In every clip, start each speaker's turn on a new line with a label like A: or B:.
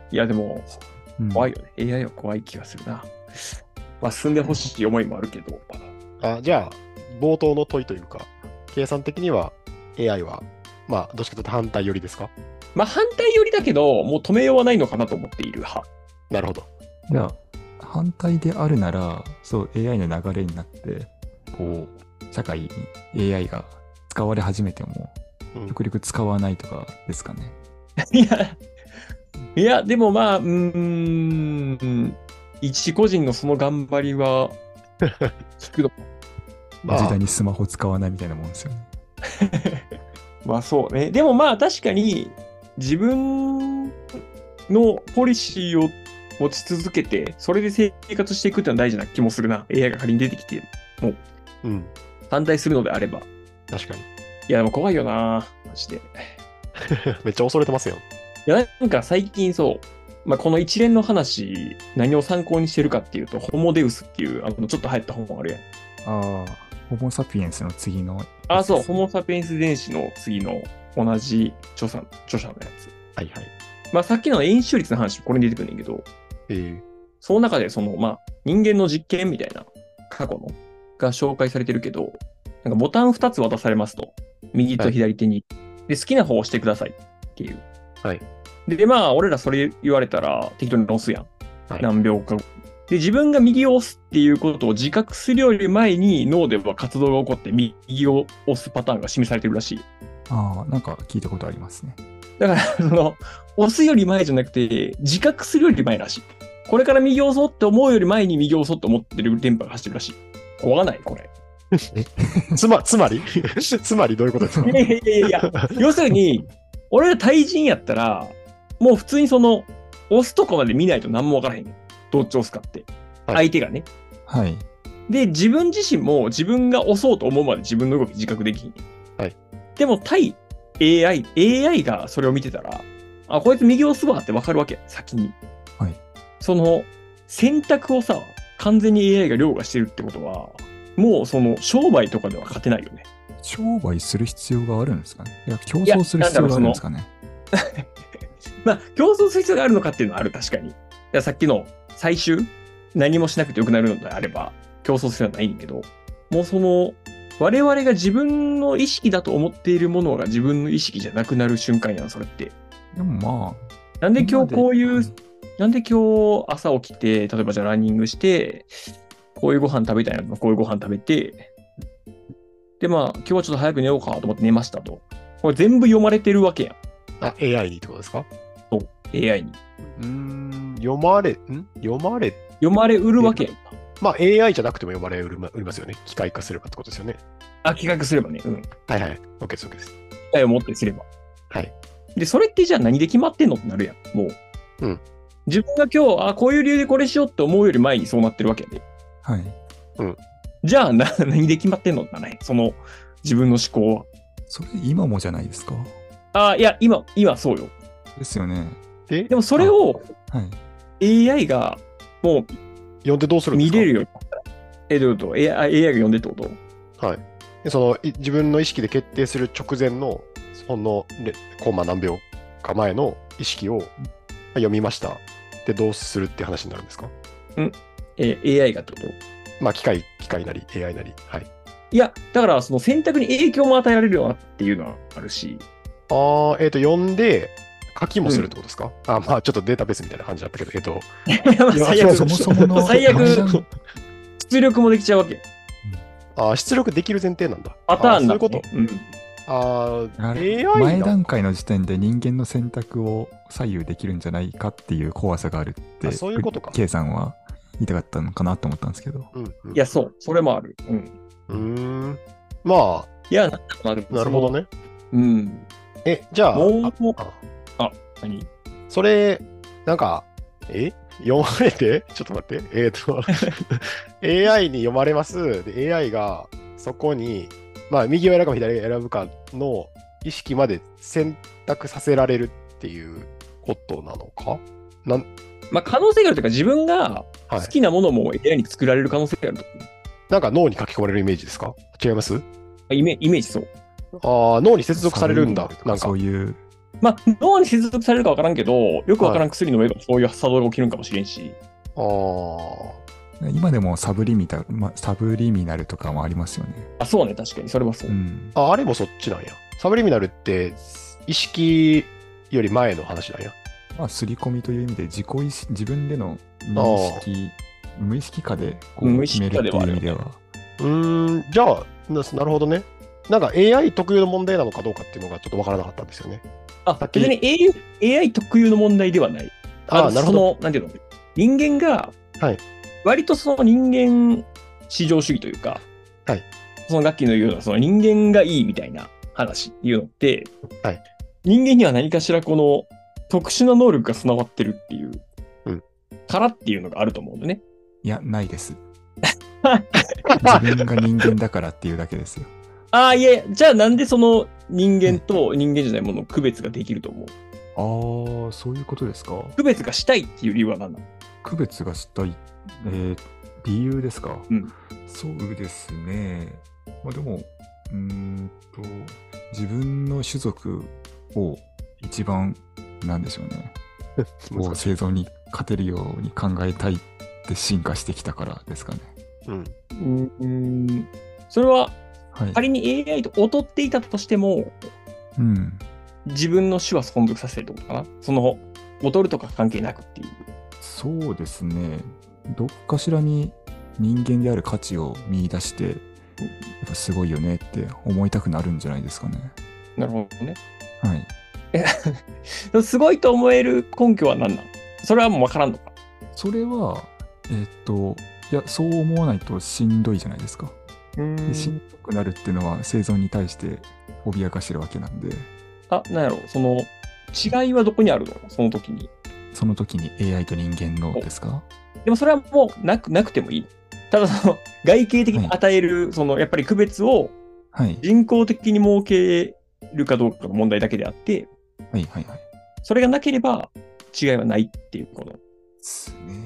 A: いや、でも、怖いよね。AI は怖い気がするな。まあ、進んでほしい思いもあるけど。
B: じゃあ、冒頭の問いというか、計算的には AI は、まあ、どっちかというと反対寄りですか？
A: まあ、反対寄りだけど、もう止めようはないのかなと思っている派。
B: なるほど。
C: じゃあ、反対であるなら、そう、AI の流れになって、こう、社会に AI が使われ始めても、極力使わないとかですかね。
A: いや、でもまあ、一個人のその頑張りは、聞くの。
C: 時代にスマホ使わないみたいなもんですよね。
A: まあそうね。でもまあ確かに、自分のポリシーを持ち続けて、それで生活していくってのは大事な気もするな。AI が仮に出てきても、反対するのであれば。
B: 確かに。
A: いや、でも怖いよな、マジで。
B: めっちゃ恐れてますよ。
A: いや、なんか最近そう、まあ、この一連の話、何を参考にしてるかっていうと、ホモデウスっていう、ちょっと流行った本あるやん。
C: ああ、ホモ・サピエンスの次の、
A: そう、ホモ・サピエンス電子の次の同じ著者のやつ。
B: はいはい。
A: まあ、さっきの円周率の話、これに出てくるんだけど、その中で、まあ、人間の実験みたいな、過去の、が紹介されてるけど、なんかボタン2つ渡されますと。右と左手に。で、好きな方を押してくださいっていう。
B: はい。
A: で、まあ、俺らそれ言われたら適当に押すやん。何秒か後。で、自分が右を押すっていうことを自覚するより前に脳では活動が起こって右を押すパターンが示されてるらしい。
C: なんか聞いたことありますね。
A: だから、押すより前じゃなくて、自覚するより前らしい。これから右を押そうって思うより前に右を押そうって思ってる電波が走ってるらしい。怖ないこれ。
B: つまりつまりどういうことですか？
A: いや、要するに、俺ら対人やったら、もう普通に押すとこまで見ないと何もわからへん。どっち押すかって。相手がね。
C: はい。
A: で、自分自身も自分が押そうと思うまで自分の動き自覚できひん。
B: はい。
A: でも対 AI がそれを見てたら、こいつ右押すわってわかるわけ。先に。
C: はい。
A: 選択をさ、完全に AI が凌駕してるってことは、もう商売とかでは勝てないよね。
C: 商売する必要があるんですかね。いや、競争する必要があるんですかね。
A: まあ、競争する必要があるのかっていうのはある、確かに。さっきの最終、何もしなくてよくなるのであれば、競争するのはないんだけど、もう我々が自分の意識だと思っているものが自分の意識じゃなくなる瞬間やん、それって。
C: でもまあ。
A: なんで今日こういう、なんで今日朝起きて、例えばじゃあランニングして、こういうご飯食べたいなとか、こういうご飯食べて、でまあ、今日はちょっと早く寝ようかと思って寝ましたと。これ全部読まれてるわけやん。
B: AI にってことですか？
A: そう、AI に。
B: 読まれ
A: うるわけやん。
B: まあ AI じゃなくても読まれうりますよね。機械化すればってことですよね。
A: 機械化すればね。
B: はいはい。OK です、OK です。機
A: 械を持ってすれば。
B: はい。
A: で、それってじゃあ何で決まってんのってなるやん。もう。自分が今日、こういう理由でこれしようって思うより前にそうなってるわけやで。
C: はい。
A: じゃあ何で決まってんのってならへん。自分の思考は。
C: それ今もじゃないですか？
A: いや、今そうよ。
C: ですよね。
A: でもそれを、AI がもう、
B: 読んでどうするんですか？
A: 見れるようになったら。どういうこと？ AI が読んでってこと？
B: はい。自分の意識で決定する直前の、コンマ何秒か前の意識を読みました。で、どうするって話になるんですか
A: ？AI がってこと？
B: まあ、機械なり、AI なり。はい。
A: いや、だから、選択に影響も与えられるよなっていうのはあるし。
B: 読んで、書きもするってことですか？まあ、ちょっとデータベースみたいな感じだったけど、
A: 最悪、
C: そもそもの
A: 最悪、出力もできちゃうわけ。
B: 出力できる前提なんだ。
A: パターンだ。
B: そういうこと。AI
C: 前段階の時点で人間の選択を左右できるんじゃないかっていう怖さがあるって、
B: そういうことか。
C: K さんは言いたかったのかなと思ったんですけど。
A: いや、そう、それもある。
B: まあ。
A: いや、
B: なるほどね。じゃあ、
A: 何
B: それ、なんか、読まれてちょっと待って。AI に読まれます。で、AI がそこに、まあ、右を選ぶか左を選ぶかの意識まで選択させられるっていうことなのか？
A: まあ、可能性があるというか、自分が好きなものも AI に作られる可能性があると。
B: なんか脳に書き込まれるイメージですか？違います？
A: イメージそう。
B: 脳に接続されるんだ。
C: そういう
A: まあ、脳に接続されるか分からんけど、よく分からん薬飲めばそういう作動が起きるんかもしれんし。
B: ああ。
C: 今でもサブリミナルとかもありますよね。
A: あ、そうね、確かに、それはそう。
B: あれもそっちなんや。サブリミナルって意識より前の話なんや。
C: まあ、刷り込みという意味で自分での無意識下でこう決めるっていう意味では。
B: じゃあ、なるほどね。なんか AI 特有の問題なのかどうかっていうのがちょっとわからなかったんですよね。
A: 別に AI 特有の問題ではない。
B: なるほど。
A: なんていうの、人間が、割とその人間至上主義というか、そのガッキーの言うような、その人間がいいみたいな話いうのって、人間には何かしらこの特殊な能力が備わってるっていう、からっていうのがあると思うんでね。
C: いや、ないです。自分が人間だからっていうだけですよ。
A: いや、じゃあなんでその人間と人間じゃないものの区別ができると思う？
C: そういうことですか。
A: 区別がしたいっていう理由は何なの？
C: 区別がしたい、理由ですか。そうですね。まあでも、自分の種族を一番、なんでしょうね。生存に勝てるように考えたいって進化してきたからですかね。
A: それは、仮に AI と劣っていたとしても、自分の種は存続させるってことかな。その、劣るとか関係なくっていう。
C: そうですね。どっかしらに人間である価値を見出して、やっぱすごいよねって思いたくなるんじゃないですかね。
A: なるほどね。
C: はい。
A: すごいと思える根拠は何なの？それはもう分からんのか？
C: それは、いや、そう思わないとしんどいじゃないですか。しんどくなるっていうのは生存に対して脅かしてるわけなんで。
A: なんやろ、その違いはどこにあるの？その時に。
C: その時に AI と人間のですか？
A: でもそれはもうなくてもいい。ただその外形的に与える、そのやっぱり区別を人工的に設けるかどうかの問題だけであって、それがなければ違いはないっていうことですね。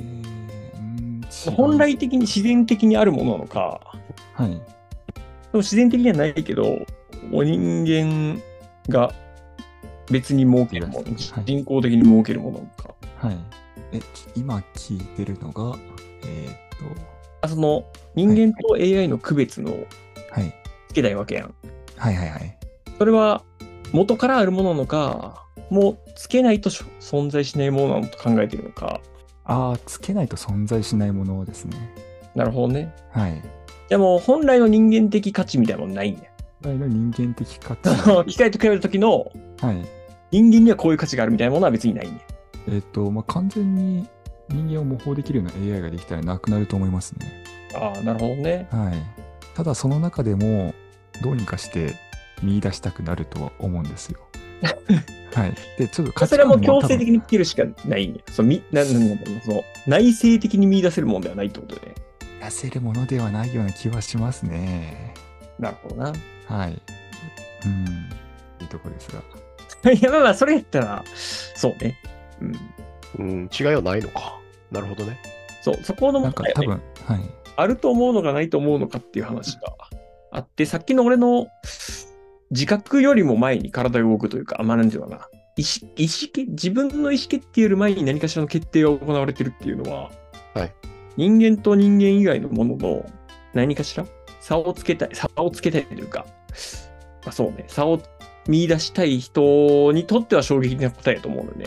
A: 本来的に自然的にあるものなのか、でも自然的にはないけど、人間が別に設けるもの、人工的に設けるものか。
C: 今聞いてるのが、
A: その人間と AI の区別のつけたいわけやん。それは元からあるものなのか、もうつけないと存在しないものなのと考えているのか。
C: つけないと存在しないものですね。
A: なるほどね。でも本来の人間的価値みたいなものないんや。
C: 本来の人間的価値。
A: 機械と比べるときの、人間にはこういう価値があるみたいなものは別にないんや。
C: 完全に人間を模倣できるような AI ができたらなくなると思いますね。
A: なるほどね。
C: ただその中でもどうにかして見出したくなるとは思うんですよ。で、ちょっと
A: それはもう強制的につけるしかないんや。その内省的に見出せるものではないってことでね。
C: 出せるものではないような気はしますね。
A: なるほどな。
C: いいとこです
A: が。いや、まあそれやったら、そうね。
B: 違いはないのか。なるほどね。
A: そこの問題はね、あると思うのかないと思うのかっていう話があって、さっきの俺の自覚よりも前に体が動くというか、なんていうのかな。自分の意思決定より前に何かしらの決定が行われてるっていうのは、人間と人間以外のものの何かしら差をつけたいというか、そうね、差を見出したい人にとっては衝撃的な答えだと思うので。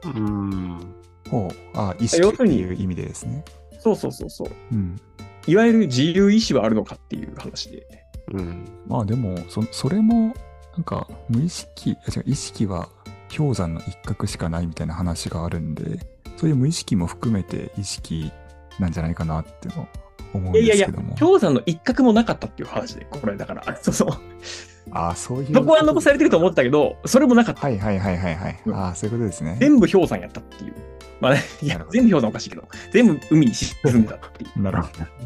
C: 意識っていう意味でですね。
A: そう。いわゆる自由意志はあるのかっていう話で。
C: でも、それも、なんか、意識は氷山の一角しかないみたいな話があるんで、そういう無意識も含めて意識なんじゃないかなっていうのを思うんですけども。
A: 氷山の一角もなかったっていう話で、これだから、そう
C: いう。
A: そこは残されてると思ったけど、それもなかった。
C: そういうことですね。
A: 全部氷山やったっていう。全部氷山おかしいけど、全部海に沈んだっていう。
C: なるほ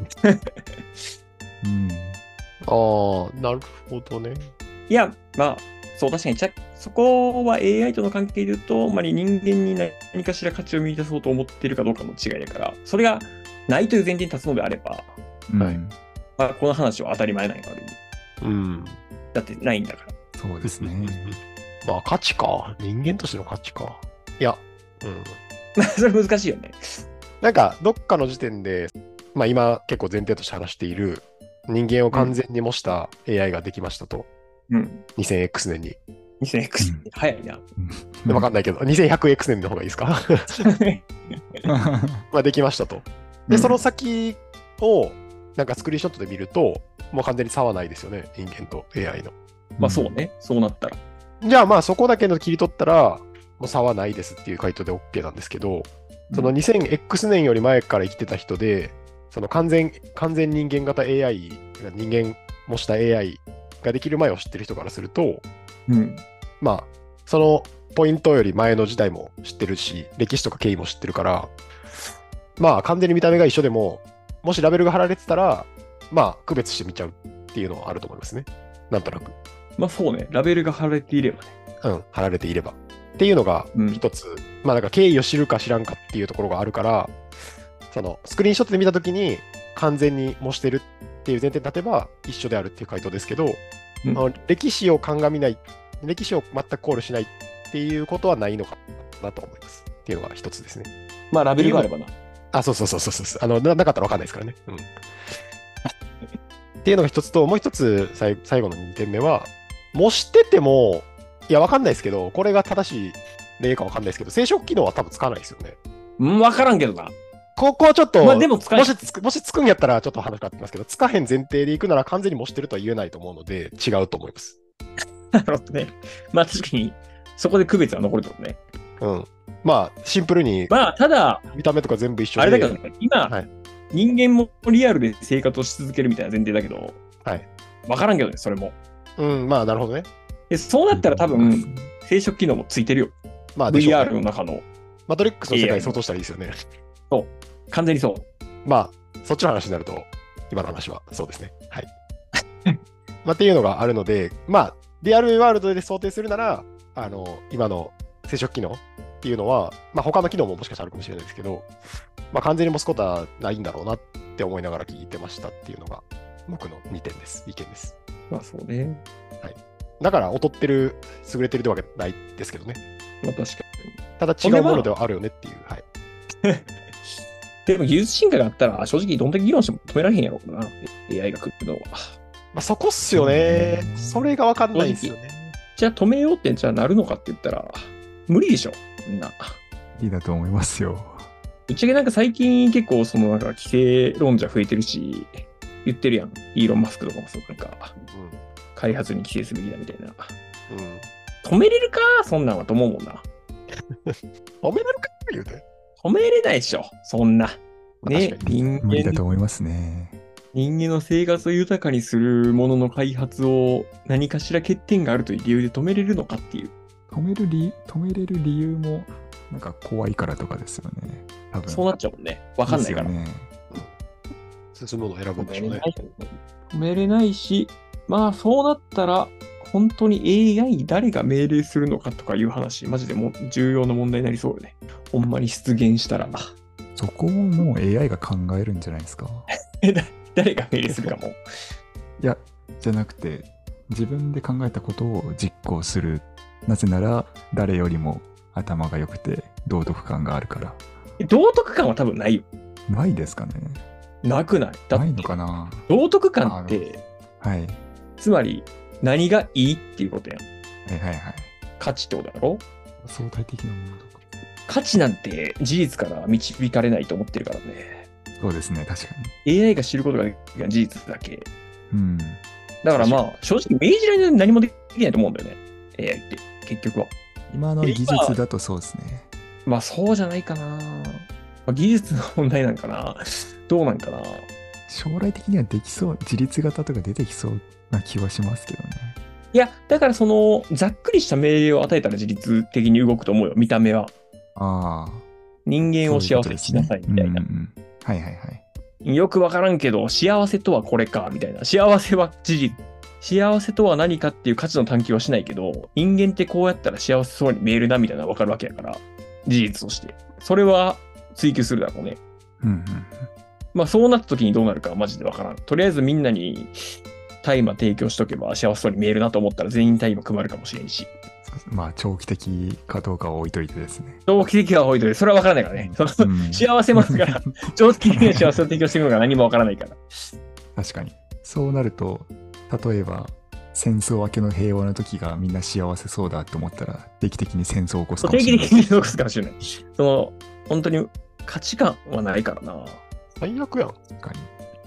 B: ど。なるほどね。
A: いや、そう、確かに、そこは AI との関係で言うと、人間に何かしら価値を見出そうと思っているかどうかの違いだから、それがないという前提に立つのであれば、この話は当たり前なんや、ある意味。だってないんだから。
C: そうですね。
B: まあ価値か。人間としての価値か。いや、うん。
A: それ難しいよね。
B: なんか、どっかの時点で、まあ今結構前提として話している人間を完全に模した AI ができましたと。
A: うん。
B: 2000X 年に。
A: 2000X、
C: うん
A: 早いな。
B: わかんないけど、2100X 年の方がいいですかまあできましたと。で、
A: うん
B: その先を、なんかスクリーンショットで見ると、もう完全に差はないですよね、人間と AI の。
A: まあそうね。そうなったら。
B: じゃあまあそこだけの切り取ったら、もう差はないですっていう回答で OK なんですけど、その 2000X 年より前から生きてた人で、その完全人間型 AI、人間模した AI ができる前を知ってる人からすると、
A: うん。
B: まあ、そのポイントより前の時代も知ってるし、歴史とか経緯も知ってるから、まあ完全に見た目が一緒でも、もしラベルが貼られてたら、まあ区別して見ちゃうっていうのはあると思いますね。なんとなく。
A: まあそうね。ラベルが貼られていればね。
B: うん、貼られていれば。っていうのが
A: うん
B: 一つ、まあなんか経緯を知るか知らんかっていうところがあるから、そのスクリーンショットで見たときに完全に模してるっていう前提に立てば一緒であるっていう回答ですけど、
A: うん
B: 歴史を鑑みない、歴史を全く考慮しないっていうことはないのかなと思います。っていうのが一つですね。
A: まあラベルがあればな。
B: あ、そう。なかったらわかんないですからね。うん。っていうのが一つと、もう一つ、最後の2点目は、模してても、いや、わかんないですけど、これが正しい例かわかんないですけど、生殖機能は多分つかないですよね。
A: わからんけどな。
B: ここはちょっと、
A: まあでも使え
B: もしつくんやったらちょっと話変わってますけど、つかへん前提でいくなら完全に模してるとは言えないと思うので、違うと思います。
A: なるほどね。まあ確かに、そこで区別は残るってことね。
B: うん。まあ、シンプルに
A: まあただ、
B: 見た目とか全部一緒で。
A: あれだけどね、今、
B: はい
A: 人間もリアルで生活をし続けるみたいな前提だけど、
B: はい。
A: わからんけどね、それも。
B: うん、まあ、なるほどね。
A: でそうなったら多分、生殖機能もついてるよ。
B: まあ、でしょうね
A: VR の中の。
B: マトリックスの世界に相当したらいいですよね。
A: 完全にそう。
B: まあ、そっちの話になると、今の話はそうですね。はい。まあ、っていうのがあるので、まあ、リアルワールドで想定するなら、今の生殖機能っていうのは、まあ、他の機能ももしかしたらあるかもしれないですけど、まあ、完全に模すことはないんだろうなって思いながら聞いてましたっていうのが、僕の2点です。意見です。
A: まあそうね。
B: だから、劣ってる、優れてるってわけないですけどね。
A: まあ確か
B: ただ違うものではあるよねっていう。はい。
A: に。でも技術進化があったら、正直どんだけ議論しても止められへんやろうな。AI が来るのは。
B: まあ、そこっすよね。それがわかんないですよね。
A: じゃあ止めようってじゃあなるのかって言ったら、無理でしょ。そんな。
C: いいだと思いますよ。
A: ぶっちゃけなんか最近結構そのなんか規制論者増えてるし、言ってるやん。イーロン・マスクとかもそうなんか、開発に規制すべきだみたいな。
B: うん。うん。
A: 止めれるかそんなんはと思うもんな。
B: 褒められるか言うて。
A: 止めれないでしょ。そんな。ね
B: 確か、に
A: 人
C: 無理だと
A: 間、
C: 思いますね。
A: 人間の生活を豊かにするものの開発を何かしら欠点があるという理由で止めれるのかっていう。
C: 止めれる理由も、なんか怖いからとかですよね。多分。
A: そうなっちゃうもんね。わかんないから。
C: ですよね。
B: 進むのを選ぶんでしょうね。
A: 止めれないし、まあそうなったら、本当に AI 誰が命令するのかとかいう話、マジでもう重要な問題になりそうよね。ほんまに出現したら。
C: そこももう AI が考えるんじゃないですか。
A: 誰が命令するかも。
C: いや、じゃなくて、自分で考えたことを実行する。なぜなら、誰よりも頭が良くて道徳感があるから。
A: 道徳感は多分ないよ。
C: ないですかね。
A: なくない。だって
C: ないのかな。
A: 道徳感って、
C: はい。
A: つまり何がいいっていうことやん。
C: はいはいはい。
A: 価値ってことだろ。
C: 相対的なものとか。
A: 価値なんて事実から導かれないと思ってるからね。
C: そうですね、確か
A: AI が知ることができる事実だけ。
C: に。うん。
A: だからまあ、正直命じられないと何もできないと思うんだよね。AI って、結局は。
C: 今の技術だとそうですね。
A: まあそうじゃないかな。まあ、技術の問題なんかな。どうなんかな。
C: 将来的にはできそう、自立型とか出てきそうな気はしますけどね。
A: いや、だからその、ざっくりした命令を与えたら自律的に動くと思うよ、見た目は。
C: ああ。
A: 人間を幸せにしなさいみたいな。
C: はいはいはい。
A: よくわからんけど、幸せとはこれか、みたいな。幸せは事実。幸せとは何かっていう価値の探求はしないけど、人間ってこうやったら幸せそうに見えるな、みたいなのがわかるわけやから、事実として。それは追求するだろうね。
C: うんうん。
A: まあそうなった時にどうなるかはマジでわからん。とりあえずみんなに大麻提供しとけば幸せそうに見えるなと思ったら全員大麻配るかもしれんし。
C: まあ、長期的かどうかは置いといてですね。
A: 長期的は置いといて、それは分からないからね。幸せますから、長期的には幸せを提供していくのが何も分からないから。
C: 確かに。そうなると、例えば、戦争明けの平和の時がみんな幸せそうだと思ったら、定期的に戦争を起こすかもしれない。
A: 定期的に起こすかもしれない。本当に価値観はないからな。
B: 最悪やん。
C: 確かに。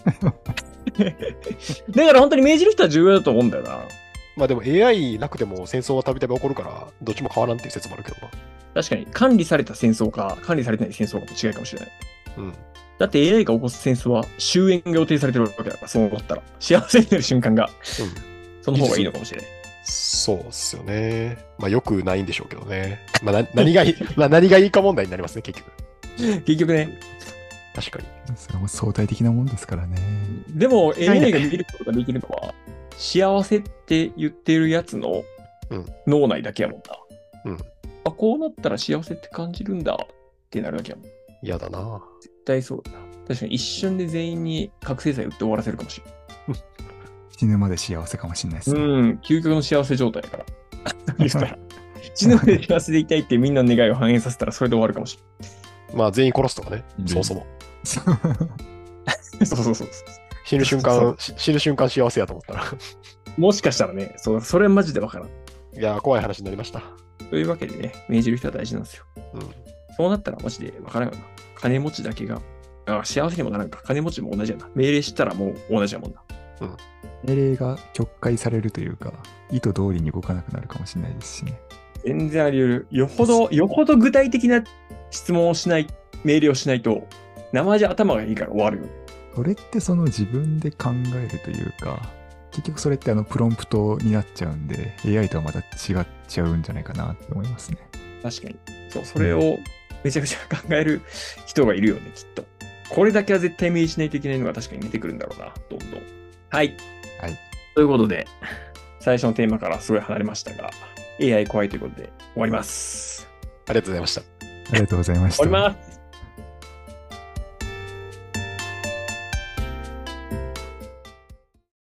A: だから本当に命じる人は重要だと思うんだよな。
B: まあでも AI なくても戦争はたびたび起こるから、どっちも変わらんっていう説もあるけどな。
A: 確かに、管理された戦争か、管理されてない戦争かも違いかもしれない。
B: うん。
A: だって AI が起こす戦争は終焉が予定されてるわけだから、そう思ったら。幸せになる瞬間が、その方がいいのかもしれない。
B: そうっすよね。まあよくないんでしょうけどね。まあ何がいい、まあ何がいいか問題になりますね、結局。
A: 結局ね。
B: 確かに。
C: それも相対的なもんですからね。
A: でも AI が見ることができるのは、幸せって言ってるやつの脳内だけやもんな。あ、こうなったら幸せって感じるんだってなるだけやもん。
B: 嫌だな。
A: 絶対そうだな。確かに一瞬で全員に覚醒剤打って終わらせるかもしれない。
C: 死ぬまで幸せかもしれないですね。
A: 究極の幸せ状態だから。死ぬまで幸せでいたいってみんなの願いを反映させたらそれで終わるかもしれない。
B: まあ全員殺すとかね、そもそも。
A: そう。
B: 死ぬ瞬間幸せやと思ったら。
A: もしかしたらね、それはマジでわからん。
B: いや、怖い話になりました。
A: というわけでね、命じる人は大事なんですよ。そうなったらマジでわからんよな。金持ちだけが、幸せにもならんか。金持ちも同じやな。命令したらもう同じやもんな。
C: 命令が曲解されるというか、意図通りに動かなくなるかもしれないですしね。
A: 全然あり得る。よほど具体的な質問をしない、命令をしないと、生じゃ頭がいいから終わるよね。
C: それってその自分で考えるというか、結局それってプロンプトになっちゃうんで、AI とはまた違っちゃうんじゃないかなって思いますね。
A: 確かに。それをめちゃくちゃ考える人がいるよね、きっと。これだけは絶対命令しないといけないのが確かに出てくるんだろうな、どんどん。はい。ということで、最初のテーマからすごい離れましたが、AI 怖いということで終わります。
B: ありがとうございました。
C: ありがとうございました。
A: 終わります。